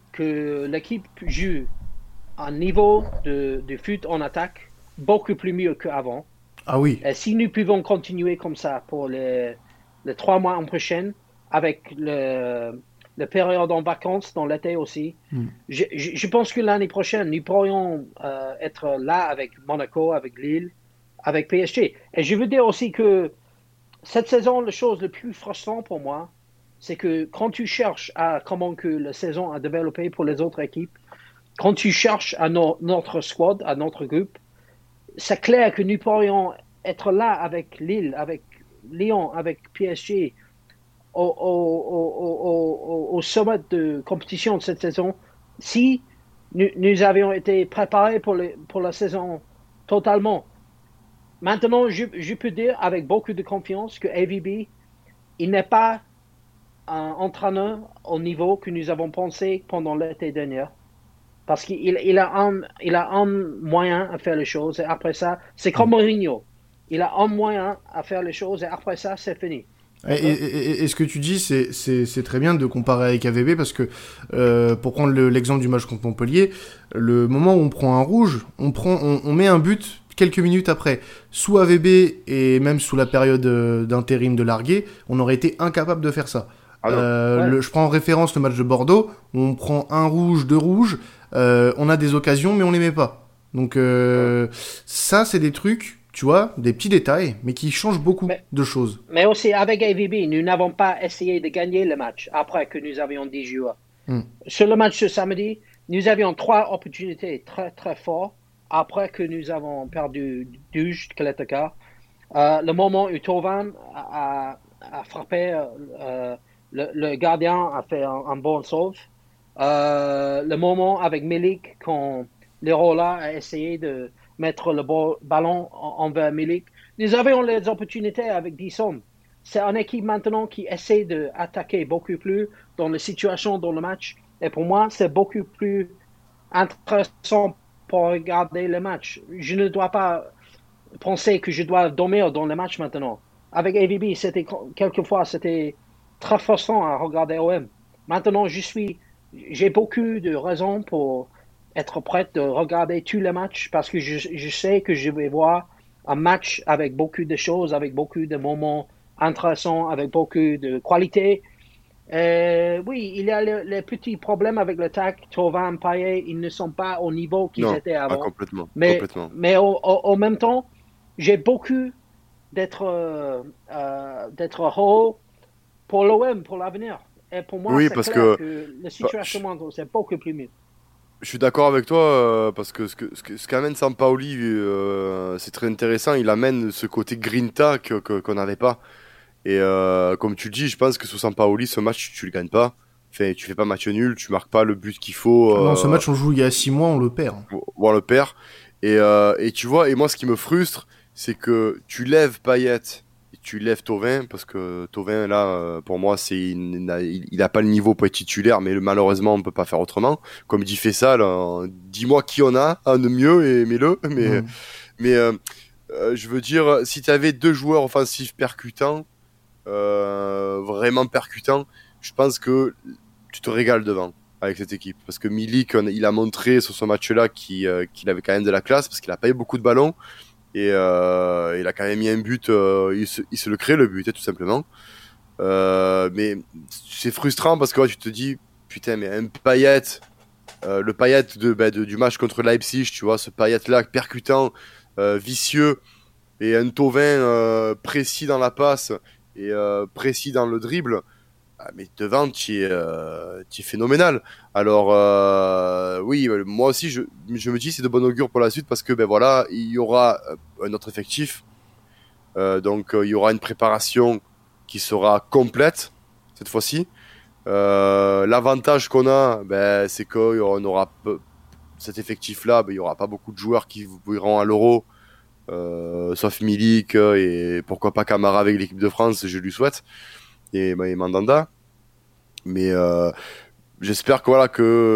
que l'équipe joue un niveau de, de foot en attaque beaucoup plus mieux qu'avant. Ah oui. Et si nous pouvons continuer comme ça pour les, les trois mois en prochaine, avec le, le période en vacances dans l'été aussi, Mm. je, je, je pense que l'année prochaine, nous pourrions euh, être là avec Monaco, avec Lille, avec P S G. Et je veux dire aussi que cette saison, la chose la plus frustrante pour moi, c'est que quand tu cherches à comment que la saison a développé pour les autres équipes, quand tu cherches à no- notre squad, à notre groupe, c'est clair que nous pourrions être là avec Lille, avec Lyon, avec P S G, au, au, au, au, au sommet de compétition de cette saison, si nous, nous avions été préparés pour, le, pour la saison totalement. Maintenant, je, je peux dire avec beaucoup de confiance que A V B, il n'est pas un entraîneur au niveau que nous avons pensé pendant l'été dernier. Parce qu'il il a, un, il a un moyen à faire les choses et après ça, c'est comme Mourinho. Il a un moyen à faire les choses et après ça, c'est fini. Et, et, et, et ce que tu dis, c'est, c'est, c'est très bien de comparer avec A V B parce que, euh, pour prendre le, l'exemple du match contre Montpellier, le moment où on prend un rouge, on, prend, on, on met un but quelques minutes après. Sous A V B et même sous la période d'intérim de Larguet, on aurait été incapable de faire ça. Ah non. Euh, Ouais. le, je prends en référence le match de Bordeaux, où on prend un rouge, deux rouges, euh, on a des occasions mais on les met pas. Donc euh, ça, c'est des trucs, tu vois, des petits détails, mais qui changent beaucoup Mais, de choses. mais aussi avec A V B, nous n'avons pas essayé de gagner le match après que nous avions dix joueurs. Hmm. Sur le match ce samedi, nous avions trois opportunités très très fortes après que nous avons perdu Duge, Keletaka. Euh, le moment où Tovan a, a, a frappé, euh, le, le gardien a fait un, un bon sauve. Euh, le moment avec Milik, quand Lerola a essayé de mettre le bo- ballon en- envers Milik, nous avions les opportunités avec Disson. C'est une équipe maintenant qui essaie d'attaquer beaucoup plus dans les situations dans le match. Et pour moi, c'est beaucoup plus intéressant pour regarder le match. Je ne dois pas penser que je dois dormir dans le match maintenant. Avec A V B, c'était quelquefois c'était très frustrant à regarder O M. Maintenant, je suis, j'ai beaucoup de raisons pour être prêt de regarder tous les matchs parce que je, je sais que je vais voir un match avec beaucoup de choses, avec beaucoup de moments intéressants, avec beaucoup de qualité. Euh, oui, il y a les, les petits problèmes avec le tac, Thauvin, Payet, ils ne sont pas au niveau qu'ils Non, étaient ah, avant. complètement. Mais, Complètement. mais au, au, au même temps, j'ai beaucoup d'être euh, euh, d'être haut pour l'O M, pour l'avenir. Et pour moi, Oui, c'est parce clair que que la bah, je, situation maintenant, c'est beaucoup plus mieux. je suis d'accord avec toi euh, parce que ce que ce que- ce qu'amène Sampaoli, euh, c'est très intéressant. Il amène ce côté grinta que, que- qu'on n'avait pas. Et euh, comme tu le dis, je pense que sous Sampaoli, ce match, tu, tu le gagnes pas. Fait, tu fais pas match nul, tu marques pas le but qu'il faut. Ah non, ce Euh, match, on joue il y a six mois, on le perd. pour voir le père. Et, euh, et tu vois, et moi, ce qui me frustre, c'est que tu lèves Payet et tu lèves Thauvin, parce que Thauvin, là, euh, pour moi, c'est, il n'a il, il a pas le niveau pour être titulaire, mais malheureusement, on peut pas faire autrement. Comme dit Fessal, euh, dis-moi qui on a, un de mieux, et mets-le. Mais, Mm. mais euh, euh, je veux dire, si tu avais deux joueurs offensifs percutants, euh, vraiment percutants, je pense que tu te régales devant avec cette équipe. Parce que Milik, on- il a montré sur ce match-là qu'il euh, qu'il avait quand même de la classe, parce qu'il a pas eu beaucoup de ballons. Et euh, il a quand même mis un but, euh, il, se, il se le crée le but, hein, tout simplement. Euh, mais c'est frustrant parce que ouais, tu te dis, putain, mais un Payet, euh, le Payet de, bah, de, du match contre Leipzig, tu vois, ce Payet-là percutant, euh, vicieux, et un Thauvin euh, précis dans la passe et euh, précis dans le dribble. Ah, mais devant, tu es, euh, tu es phénoménal. Alors, euh, oui, moi aussi, je, je me dis c'est de bon augure pour la suite parce que, ben voilà, il y aura un autre effectif. Euh, donc, euh, il y aura une préparation qui sera complète cette fois-ci. Euh, l'avantage qu'on a, ben, c'est qu'on aura peu, cet effectif-là, ben, il y aura pas beaucoup de joueurs qui iront à l'Euro, euh, sauf Milik et pourquoi pas Camara avec l'équipe de France, je lui souhaite, et, et Mandanda. Mais euh, j'espère que voilà que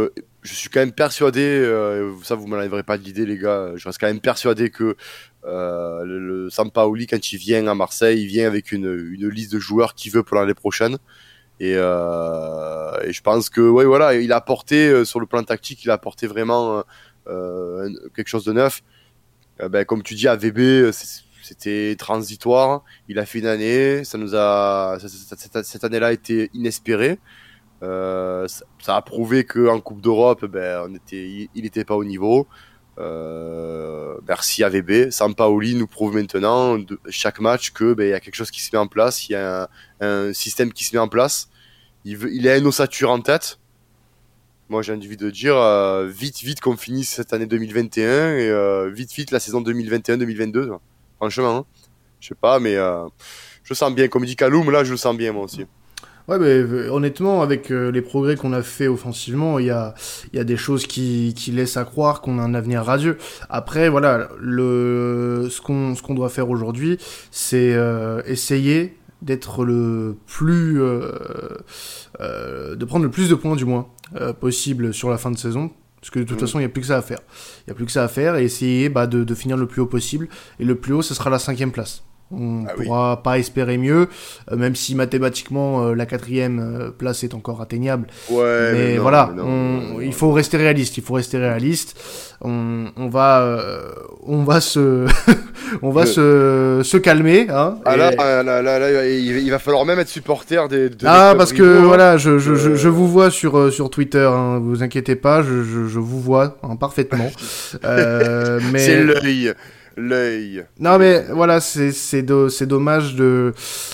je suis quand même persuadé, euh, ça vous m'enlèverez pas de l'idée les gars, je reste quand même persuadé que euh, le, le Sampaoli quand il vient à Marseille, il vient avec une, une liste de joueurs qu'il veut pour l'année prochaine. Et, euh, et je pense que ouais voilà, il a apporté euh, sur le plan tactique, il a apporté vraiment euh, quelque chose de neuf. Euh, ben, comme tu dis, A V B, c'était transitoire. Il a fait une année, ça nous a cette, cette année-là été inespérée. Euh, ça, ça a prouvé que en Coupe d'Europe, ben on était, il n'était pas au niveau. Euh, merci A V B. Sampaoli nous prouve maintenant de chaque match que ben il y a quelque chose qui se met en place, il y a un, un système qui se met en place. Il veut, il a une ossature en tête. Moi j'ai envie de dire euh, vite vite qu'on finisse cette année deux mille vingt et un et euh, vite vite la saison deux mille vingt et un deux mille vingt-deux. Franchement, hein. Je sais pas, mais euh, je le sens bien. Comme dit Kaloum, là je le sens bien moi aussi. Ouais, mais euh, honnêtement, avec euh, les progrès qu'on a fait offensivement, il y a, il y a des choses qui, qui laissent à croire qu'on a un avenir radieux. Après, voilà, le, ce qu'on, ce qu'on doit faire aujourd'hui, c'est euh, essayer d'être le plus, euh, euh, de prendre le plus de points du moins euh, possible sur la fin de saison. Parce que de toute mmh. façon, il n'y a plus que ça à faire. Il n'y a plus que ça à faire et essayer bah, de, de finir le plus haut possible. Et le plus haut, ce sera la cinquième place. On ne ah pourra oui. pas espérer mieux, euh, même si mathématiquement euh, la quatrième euh, place est encore atteignable. Ouais, mais, mais non, voilà, mais non, on, mais non. il faut rester réaliste. Il faut rester réaliste. On, on va, euh, on va se, on va se, se calmer. Hein, ah et... là, là, là, là, là, il va falloir même être supporter des. De ah parce que rivaux, voilà, je, je, je, je vous vois sur euh, sur Twitter. Hein, vous inquiétez pas, je, je, je vous vois hein, parfaitement. euh, mais... C'est l'œil. L'œil. Non mais voilà, c'est c'est do, c'est dommage de,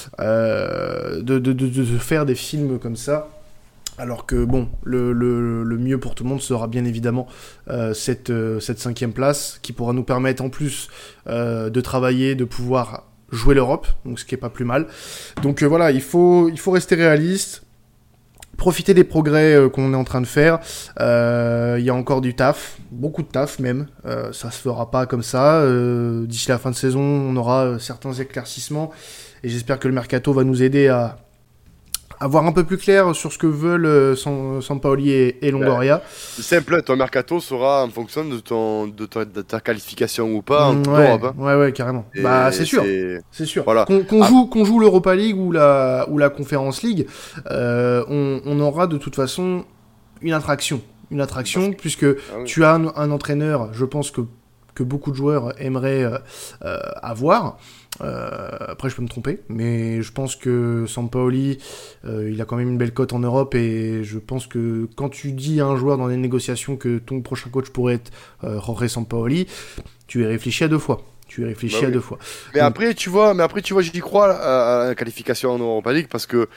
euh, de, de de de faire des films comme ça, alors que bon, le le le mieux pour tout le monde sera bien évidemment euh, cette euh, cette cinquième place qui pourra nous permettre en plus euh, de travailler, de pouvoir jouer l'Europe, donc ce qui est pas plus mal. Donc euh, voilà, il faut il faut rester réaliste. Profiter des progrès euh, qu'on est en train de faire. Il euh, y a encore du taf, beaucoup de taf même. Euh, ça se fera pas comme ça. Euh, d'ici la fin de saison, on aura euh, certains éclaircissements. Et j'espère que le mercato va nous aider à, à voir un peu plus clair sur ce que veulent euh, Sampaoli et, et Longoria. C'est simple, ton mercato sera en fonction de, ton, de, ta, de ta qualification ou pas en mmh, Coupe ouais, d'Europe. Hein. Ouais, ouais, carrément. Et bah, c'est sûr. C'est, c'est sûr. Voilà. Qu'on, qu'on, ah. joue, qu'on joue l'Europa League ou la, ou la Conference League, euh, on, on aura de toute façon une attraction. Une attraction, Parce... puisque ah, oui. tu as un, un entraîneur, je pense que, que beaucoup de joueurs aimeraient euh, euh, avoir. Euh, après je peux me tromper, mais je pense que Sampaoli euh, il a quand même une belle cote en Europe et je pense que quand tu dis à un joueur dans les négociations que ton prochain coach pourrait être euh, Jorge Sampaoli, tu y réfléchis à deux fois. Tu y réfléchis bah à oui. deux fois. Mais Donc... après tu vois, mais après tu vois, j'y crois à, à la qualification en Europa League parce que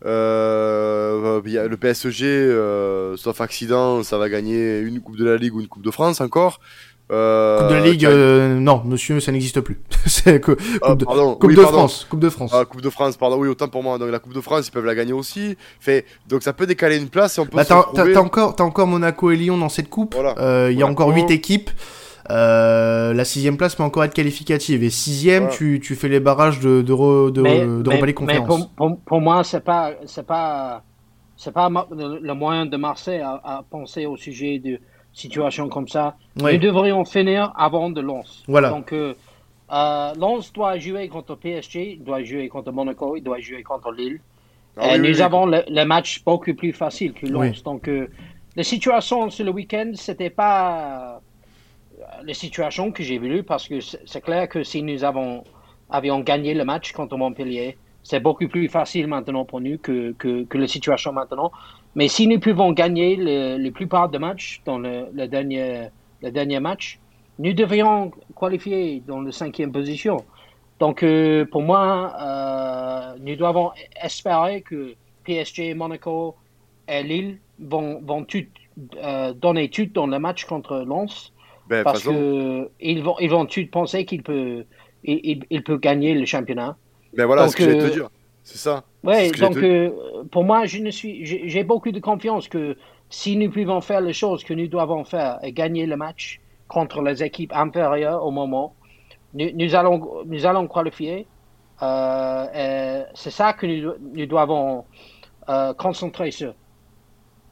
euh, y a le P S G, euh, sauf accident, ça va gagner une Coupe de la Ligue ou une Coupe de France encore. Euh, coupe de la Ligue, as... euh, non, monsieur, ça n'existe plus. C'est que, coupe, ah, de, pardon, coupe oui, de pardon. France, Coupe de France. Ah, Coupe de France, pardon, oui, autant pour moi. Donc la Coupe de France, ils peuvent la gagner aussi. Fait, donc ça peut décaler une place et on peut bah, se t'as, retrouver... t'as, encore, t'as encore Monaco et Lyon dans cette coupe. Il voilà. euh, y a encore huit équipes. Euh, la sixième place peut encore être qualificative et sixième, voilà. tu, tu fais les barrages de de re, de, mais, de mais, mais conférence. Pour, pour, pour moi, c'est pas c'est pas c'est pas le moyen de Marseille à, à penser au sujet de situation comme ça. Oui. Nous devrions finir avant de Lens. Voilà. Donc, euh, euh, Lens doit jouer contre P S G, doit jouer contre Monaco, il doit jouer contre Lille. Ah, et oui, nous oui, avons oui. Le, le match beaucoup plus facile que Lens. Oui. Donc, euh, la situation sur le week-end, c'était pas euh, la situation que j'ai voulu parce que c'est, c'est clair que si nous avons, avions gagné le match contre Montpellier, c'est beaucoup plus facile maintenant pour nous que, que, que la situation maintenant. Mais si nous pouvons gagner le, la plupart des matchs dans le, le, dernier, le dernier match, nous devrions qualifier dans la cinquième position. Donc, euh, pour moi, euh, nous devons espérer que P S G, Monaco et Lille vont, vont tout, euh, donner tout dans le match contre Lens. Ben, parce qu'ils vont, ils vont tout penser qu'il peut, il, il, il peut gagner le championnat. Ben voilà, donc, ce que euh, j'allais te dire. C'est ça. Oui, donc te... euh, pour moi, je ne suis, j'ai, j'ai beaucoup de confiance que si nous pouvons faire les choses que nous devons faire et gagner le match contre les équipes inférieures au moment, nous, nous allons, nous allons qualifier. Euh, et c'est ça que nous, nous devons euh, concentrer sur.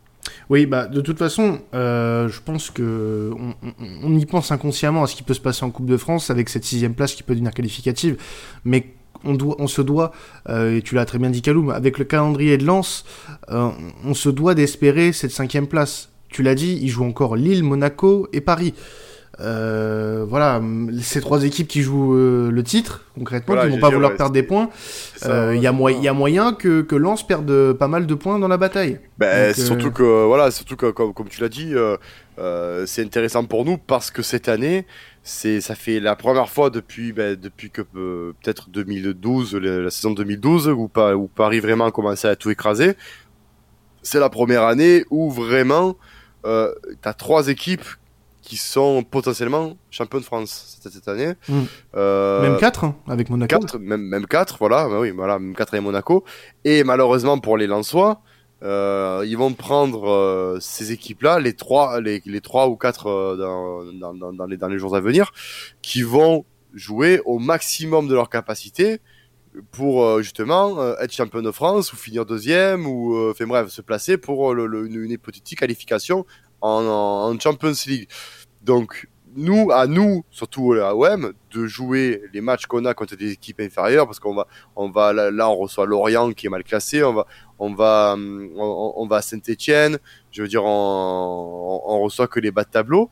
Oui, bah de toute façon, euh, je pense que on, on, on y pense inconsciemment à ce qui peut se passer en Coupe de France avec cette sixième place qui peut devenir qualificative, mais on, doit, on se doit, euh, et tu l'as très bien dit Kaloum, avec le calendrier de Lens, euh, on se doit d'espérer cette cinquième place. Tu l'as dit, ils jouent encore Lille, Monaco et Paris. Euh, voilà, ces trois équipes qui jouent euh, le titre, concrètement, voilà, qui vont pas dire, vouloir ouais, perdre des points. Il euh, ouais, y, y a moyen que, que Lens perde pas mal de points dans la bataille. Ben, Donc, surtout euh... que, voilà, surtout que, comme, comme tu l'as dit, euh, euh, c'est intéressant pour nous parce que cette année, c'est, ça fait la première fois depuis, ben, depuis que euh, peut-être deux mille douze, la, la saison deux mille douze, où, où Paris vraiment a commencé à tout écraser. C'est la première année où vraiment, euh, tu as trois équipes qui sont potentiellement champions de France cette, cette année. Mmh. Euh, même quatre, hein, avec Monaco. quatre, même, même quatre, voilà, bah oui, voilà, même quatre avec Monaco. Et malheureusement pour les Lensois, euh, ils vont prendre euh, ces équipes-là, les trois, les, les trois ou quatre euh, dans, dans, dans, les, dans les jours à venir, qui vont jouer au maximum de leur capacité pour euh, justement euh, être champion de France ou finir deuxième ou, euh, enfin bref, se placer pour le, le, une, une hypothétique qualification en, en, en Champions League. Donc, nous, à nous, surtout à O M, de jouer les matchs qu'on a contre des équipes inférieures, parce qu'on va, on va là, là, on reçoit Lorient qui est mal classé, on va, on va, on, on va à Saint-Étienne, je veux dire, on, on, on reçoit que les bas de tableau.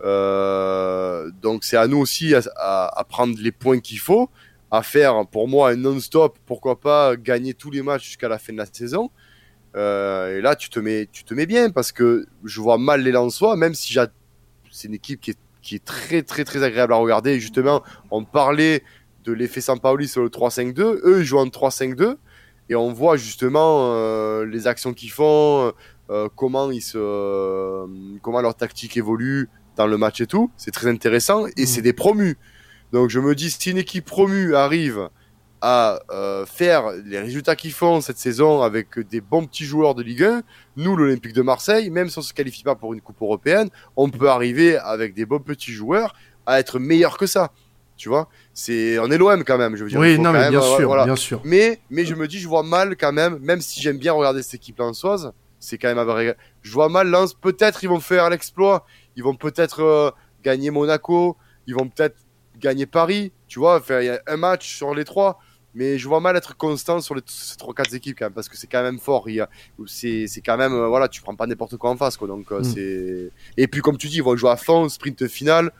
Euh, donc, c'est à nous aussi à, à, à prendre les points qu'il faut, à faire, pour moi, un non-stop, pourquoi pas gagner tous les matchs jusqu'à la fin de la saison. Euh, et là, tu te mets, tu te mets bien, parce que je vois mal les Lensois, même si j'ai, c'est une équipe qui est qui est très très très agréable à regarder. Et justement, on parlait de l'effet Sampaoli sur le trois cinq deux. Eux, ils jouent en trois cinq deux. Et on voit justement euh, les actions qu'ils font, euh, comment, ils se, euh, comment leur tactique évolue dans le match et tout. C'est très intéressant. Et mmh. c'est des promus. Donc je me dis, si une équipe promue arrive à euh, faire les résultats qu'ils font cette saison avec des bons petits joueurs de Ligue un, nous, l'Olympique de Marseille, même si on ne se qualifie pas pour une coupe européenne, on peut arriver avec des bons petits joueurs à être meilleur que ça. Tu vois, c'est, on est l'O M quand même, je veux dire. Oui, non, mais même, bien euh, sûr, voilà. bien sûr. Mais, mais je me dis, je vois mal quand même, même si j'aime bien regarder cette équipe lensoise, c'est quand même un vrai... Je vois mal Lens, peut-être ils vont faire l'exploit, ils vont peut-être euh, gagner Monaco, ils vont peut-être gagner Paris, tu vois, faire, il y a un match sur les trois. Mais je vois mal être constant sur les ces trois quatre équipes quand même, parce que c'est quand même fort. Il y a, c'est, c'est quand même, euh, voilà, tu prends pas n'importe quoi en face, quoi. Donc, euh, mm. c'est. Et puis, comme tu dis, ils vont jouer à fond, sprint final.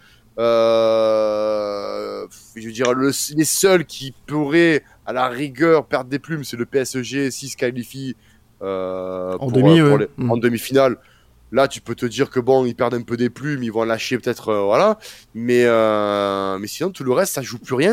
Euh, je veux dire, le, les seuls qui pourraient, à la rigueur, perdre des plumes, c'est le P S G s'ils se qualifient euh, en, pour, demi, euh, pour ouais. les, mm. en demi-finale. Là, tu peux te dire que bon, ils perdent un peu des plumes, ils vont lâcher peut-être, euh, voilà. Mais, euh, mais sinon, tout le reste, ça joue plus rien.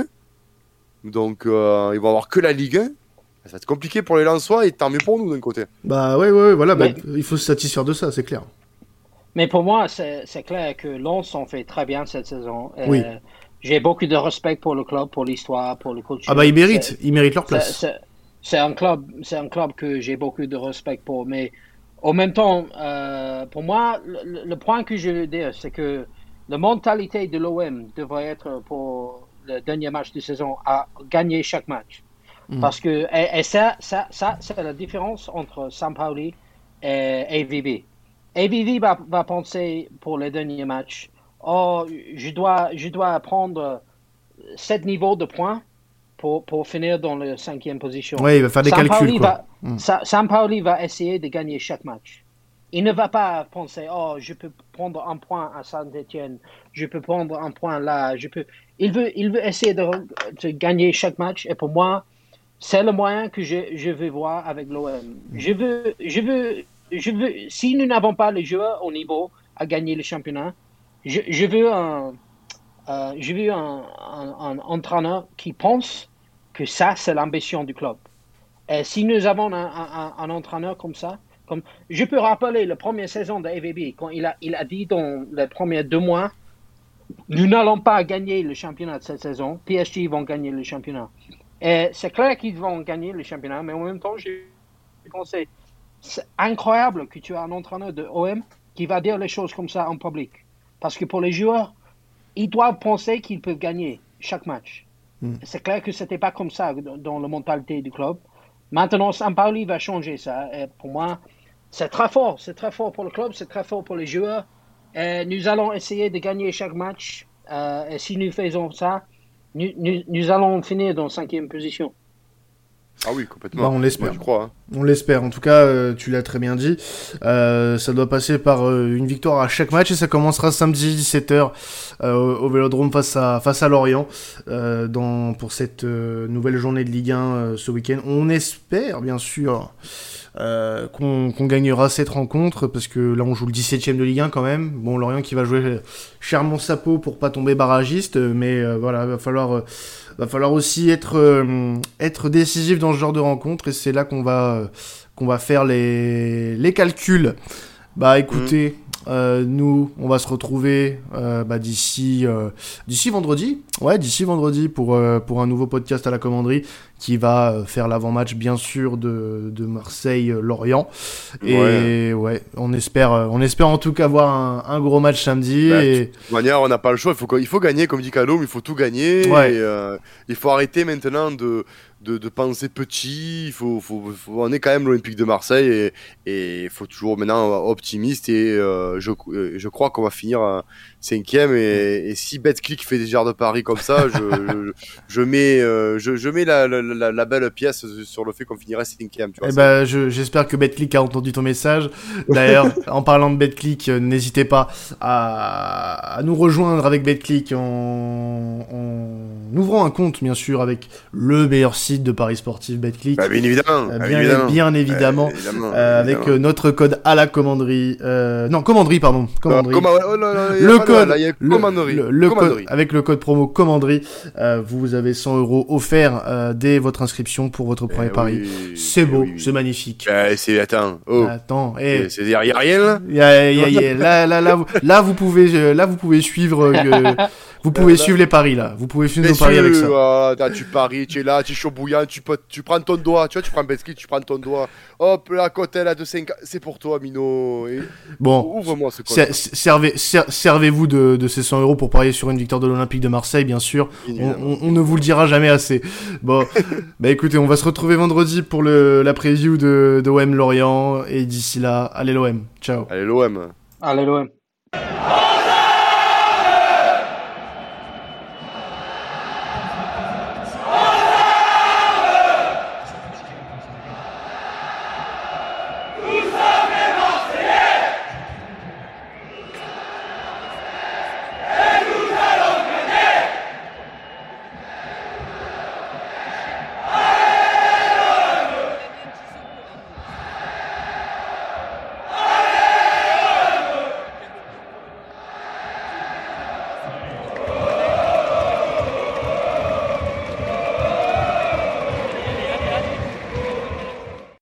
Donc, euh, ils vont avoir que la Ligue un. Ça va être compliqué pour les Lensois et tant mieux pour nous d'un côté. Bah ouais, ouais, voilà. Mais... Bah, il faut se satisfaire de ça, c'est clair. Mais pour moi, c'est, c'est clair que Lens ont fait très bien cette saison. Oui. Euh, j'ai beaucoup de respect pour le club, pour l'histoire, pour le coach. Ah bah ils méritent, c'est, ils méritent leur place. C'est, c'est, c'est un club, c'est un club que j'ai beaucoup de respect pour. Mais en même temps, euh, pour moi, le, le point que je veux dire, c'est que la mentalité de l'O M devrait être pour le dernier match de saison à gagner chaque match. Mmh. Parce que, et, et ça, ça, ça, c'est la différence entre Sampaoli et A V B. A V B va, va penser pour les derniers matchs, oh, je dois, je dois prendre sept niveaux de points pour, pour finir dans la cinquième position. Oui, il va faire des Sampaoli calculs, quoi. Va, mmh. Sampaoli va essayer de gagner chaque match. Il ne va pas penser, oh, je peux prendre un point à Saint-Étienne, je peux prendre un point là, je peux... Il veut, il veut essayer de, de gagner chaque match, et pour moi, c'est le moyen que je, je veux voir avec l'O M. Je veux, je veux, je veux, si nous n'avons pas les joueurs au niveau à gagner le championnat, je, je veux un, euh, je veux un, un, un entraîneur qui pense que ça, c'est l'ambition du club. Et si nous avons un, un, un entraîneur comme ça, comme, je peux rappeler la première saison de A V B, quand il a, il a dit dans les premiers deux mois, nous n'allons pas gagner le championnat de cette saison, P S G vont gagner le championnat. Et c'est clair qu'ils vont gagner le championnat, mais en même temps, j'ai pensé, c'est incroyable que tu as un entraîneur de O M qui va dire les choses comme ça en public. Parce que pour les joueurs, ils doivent penser qu'ils peuvent gagner chaque match. Mm. C'est clair que ce n'était pas comme ça dans la mentalité du club. Maintenant, Sampaoli va changer ça. Et pour moi, c'est très fort. C'est très fort pour le club, c'est très fort pour les joueurs. Et nous allons essayer de gagner chaque match. Euh, et si nous faisons ça, nous, nous, nous allons finir dans cinquième position. Ah oui, complètement. Bah, on l'espère. Moi, je crois. Hein. On l'espère. En tout cas, euh, tu l'as très bien dit. Euh, ça doit passer par euh, une victoire à chaque match et ça commencera samedi dix-sept heures euh, au Vélodrome face à face à Lorient euh, dans pour cette euh, nouvelle journée de Ligue un euh, ce week-end. On espère bien sûr euh, qu'on, qu'on gagnera cette rencontre parce que là on joue le dix-septième de Ligue un quand même. Bon, Lorient qui va jouer Chermont-Sapot pour pas tomber barragiste, mais euh, voilà, va falloir euh, va falloir aussi être euh, être décisif dans ce genre de rencontre et c'est là qu'on va euh, qu'on va faire les les calculs. Bah écoutez, mmh. euh, nous on va se retrouver euh, bah, d'ici euh, d'ici vendredi, ouais d'ici vendredi pour euh, pour un nouveau podcast à la commanderie qui va euh, faire l'avant-match bien sûr de de Marseille-Lorient et ouais, ouais on espère euh, on espère en tout cas voir un, un gros match samedi. Bah, et... De toute manière on n'a pas le choix, il faut il faut gagner comme dit Calum, il faut tout gagner. Ouais. Et, euh, il faut arrêter maintenant de De, de penser petit, il faut, faut, faut, on est quand même l'Olympique de Marseille et il faut toujours maintenant optimiste et euh, je, je crois qu'on va finir euh, cinquième et, et si Betclic fait des genres de paris comme ça, je, je, je mets, euh, je, je mets la, la, la, la belle pièce sur le fait qu'on finirait cinquième. Tu vois, eh ben, je, j'espère que Betclic a entendu ton message. D'ailleurs, en parlant de Betclic, euh, n'hésitez pas à, à nous rejoindre avec Betclic en, en ouvrant un compte, bien sûr, avec le meilleur site de paris sportif Betclic. Bah, bien évidemment. Euh, bien, évidemment. bien évidemment. Euh, évidemment, euh, avec évidemment. notre code à la commanderie. Euh, non, commanderie, pardon. Commanderie. Non, com- oh là là, le code. Là, y a commanderie. Le, le, le commanderie. code, avec le code promo commanderie, euh, vous avez cent euros offerts euh, dès votre inscription pour votre premier eh pari. Oui, c'est beau, oui, oui. c'est magnifique. Eh, c'est, attends. Oh. Attends. Eh. C'est, il y a rien là. Y a, y a, y a, là, là, là, vous, là, vous pouvez, là, vous pouvez suivre. Euh, Vous pouvez euh, suivre les paris là, vous pouvez suivre nos paris avec ça. Euh, là, tu paries, tu es là, tu es chaud bouillant, tu, peux, tu prends ton doigt, tu vois, tu prends Betclic, tu prends ton doigt, hop, la cote elle a de cinq, c'est pour toi, Mino. Et... Bon, ouvre-moi ce ser- servez, ser- servez-vous de, de ces cent euros pour parier sur une victoire de l'Olympique de Marseille, bien sûr. On, on, on ne vous le dira jamais assez. Bon, bah écoutez, on va se retrouver vendredi pour le, la preview de, de O M Lorient, et d'ici là, allez l'O M, ciao. Allez l'O M. Allez l'O M.